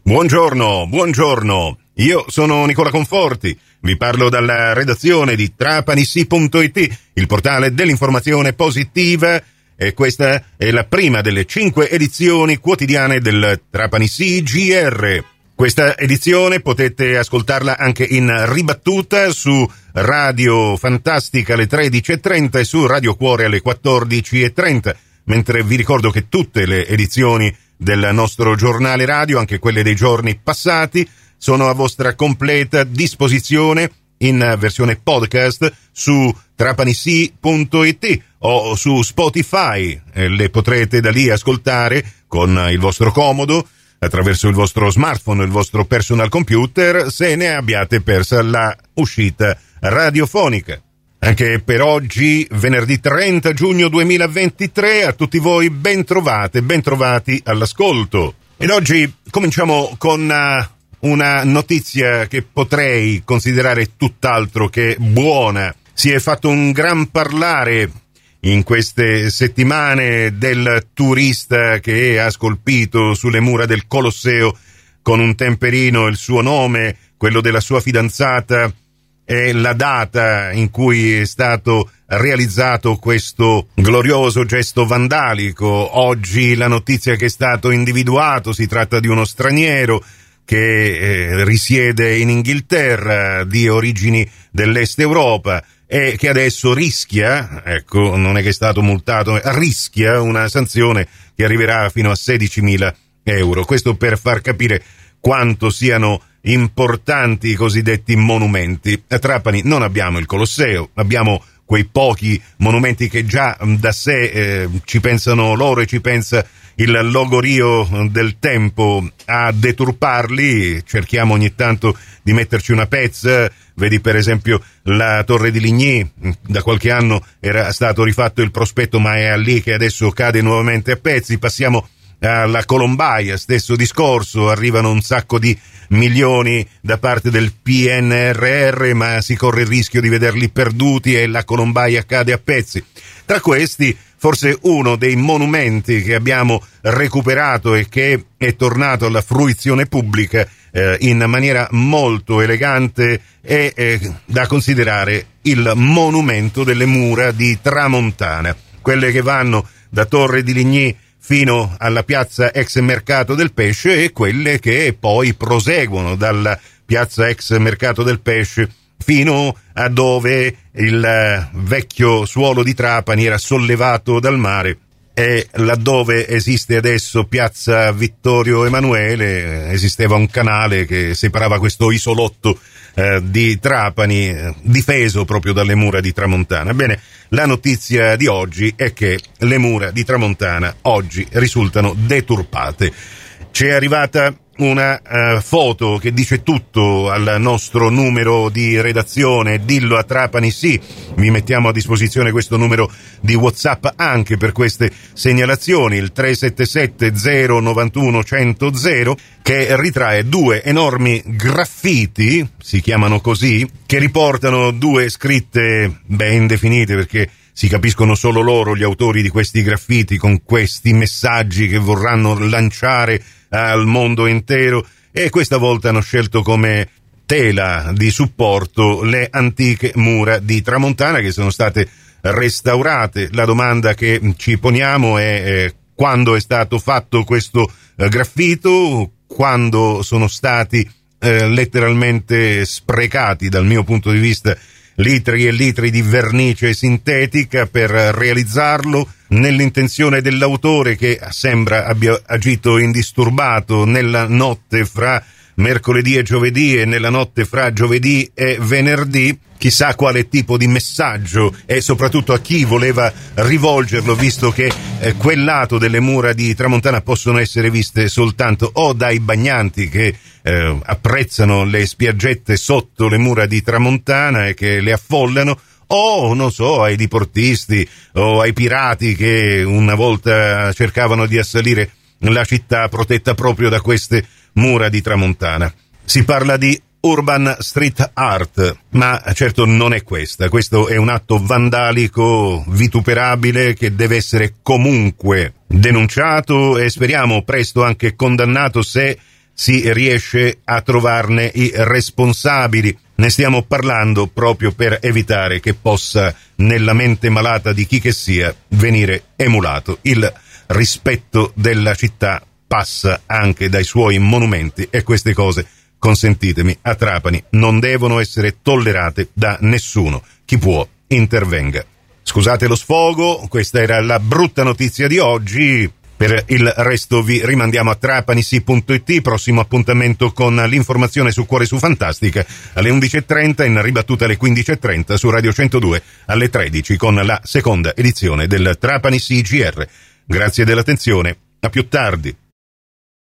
Buongiorno, buongiorno. Io sono Nicola Conforti. Vi parlo dalla redazione di trapanissi.it, il portale dell'informazione positiva, e questa è la prima delle 5 edizioni quotidiane del Trapanissi GR. Questa edizione potete ascoltarla anche in ribattuta su Radio Fantastica alle 13.30 e su Radio Cuore alle 14.30, mentre vi ricordo che tutte le edizioni del nostro giornale radio, anche quelle dei giorni passati, sono a vostra completa disposizione in versione podcast su trapanissi.it o su Spotify. Le potrete da lì ascoltare con il vostro comodo, attraverso il vostro smartphone, il vostro personal computer, se ne abbiate persa la uscita radiofonica. Anche per oggi, venerdì 30 giugno 2023, a tutti voi bentrovati all'ascolto. Ed oggi cominciamo con una notizia che potrei considerare tutt'altro che buona. Si è fatto un gran parlare in queste settimane del turista che ha scolpito sulle mura del Colosseo con un temperino il suo nome, quello della sua fidanzata e la data in cui è stato realizzato questo glorioso gesto vandalico. Oggi la notizia che è stato individuato, si tratta di uno straniero che risiede in Inghilterra, di origini dell'Est Europa, e che adesso rischia, ecco, non è che è stato multato, rischia una sanzione che arriverà fino a 16.000 euro. Questo per far capire quanto siano importanti i cosiddetti monumenti. A Trapani non abbiamo il Colosseo, abbiamo quei pochi monumenti che già da sé ci pensano loro e ci pensa il logorio del tempo a deturparli. Cerchiamo ogni tanto di metterci una pezza. Vedi per esempio la Torre di Ligny, da qualche anno era stato rifatto il prospetto, ma è lì che adesso cade nuovamente a pezzi. Passiamo alla Colombaia, stesso discorso, arrivano un sacco di milioni da parte del PNRR, ma si corre il rischio di vederli perduti e la Colombaia cade a pezzi. Tra questi, forse uno dei monumenti che abbiamo recuperato e che è tornato alla fruizione pubblica in maniera molto elegante è da considerare il monumento delle mura di Tramontana, quelle che vanno da Torre di Ligny fino alla piazza ex Mercato del Pesce e quelle che poi proseguono dalla piazza ex Mercato del Pesce fino a dove il vecchio suolo di Trapani era sollevato dal mare, e laddove esiste adesso piazza Vittorio Emanuele esisteva un canale che separava questo isolotto di Trapani, difeso proprio dalle mura di Tramontana. Bene, la notizia di oggi è che le mura di Tramontana oggi risultano deturpate. Ci è arrivata una foto che dice tutto al nostro numero di redazione, dillo a Trapani sì. Vi mettiamo a disposizione questo numero di WhatsApp anche per queste segnalazioni, il 377 091 100, che ritrae due enormi graffiti, si chiamano così, che riportano due scritte ben definite, perché si capiscono solo loro, gli autori di questi graffiti, con questi messaggi che vorranno lanciare al mondo intero, e questa volta hanno scelto come tela di supporto le antiche mura di Tramontana che sono state restaurate. La domanda che ci poniamo è quando è stato fatto questo graffito, quando sono stati letteralmente sprecati, dal mio punto di vista, litri e litri di vernice sintetica per realizzarlo, nell'intenzione dell'autore, che sembra abbia agito indisturbato nella notte fra mercoledì e giovedì e nella notte fra giovedì e venerdì. Chissà quale tipo di messaggio e soprattutto a chi voleva rivolgerlo, visto che quel lato delle mura di Tramontana possono essere viste soltanto o dai bagnanti che apprezzano le spiaggette sotto le mura di Tramontana e che le affollano, o non so, ai diportisti o ai pirati che una volta cercavano di assalire la città protetta proprio da queste mura di Tramontana. Si parla di urban street art, ma certo non è questa. Questo è un atto vandalico vituperabile che deve essere comunque denunciato e speriamo presto anche condannato, se si riesce a trovarne i responsabili. Ne stiamo parlando proprio per evitare che possa, nella mente malata di chi che sia, venire emulato. Il rispetto della città passa anche dai suoi monumenti e queste cose, consentitemi, a Trapani non devono essere tollerate da nessuno. Chi può, intervenga. Scusate lo sfogo, questa era la brutta notizia di oggi. Per il resto vi rimandiamo a trapanisi.it, prossimo appuntamento con l'informazione su Cuore su Fantastica alle 11.30, in ribattuta alle 15.30 su Radio 102 alle 13 con la seconda edizione del Trapani CGR. Grazie dell'attenzione, a più tardi.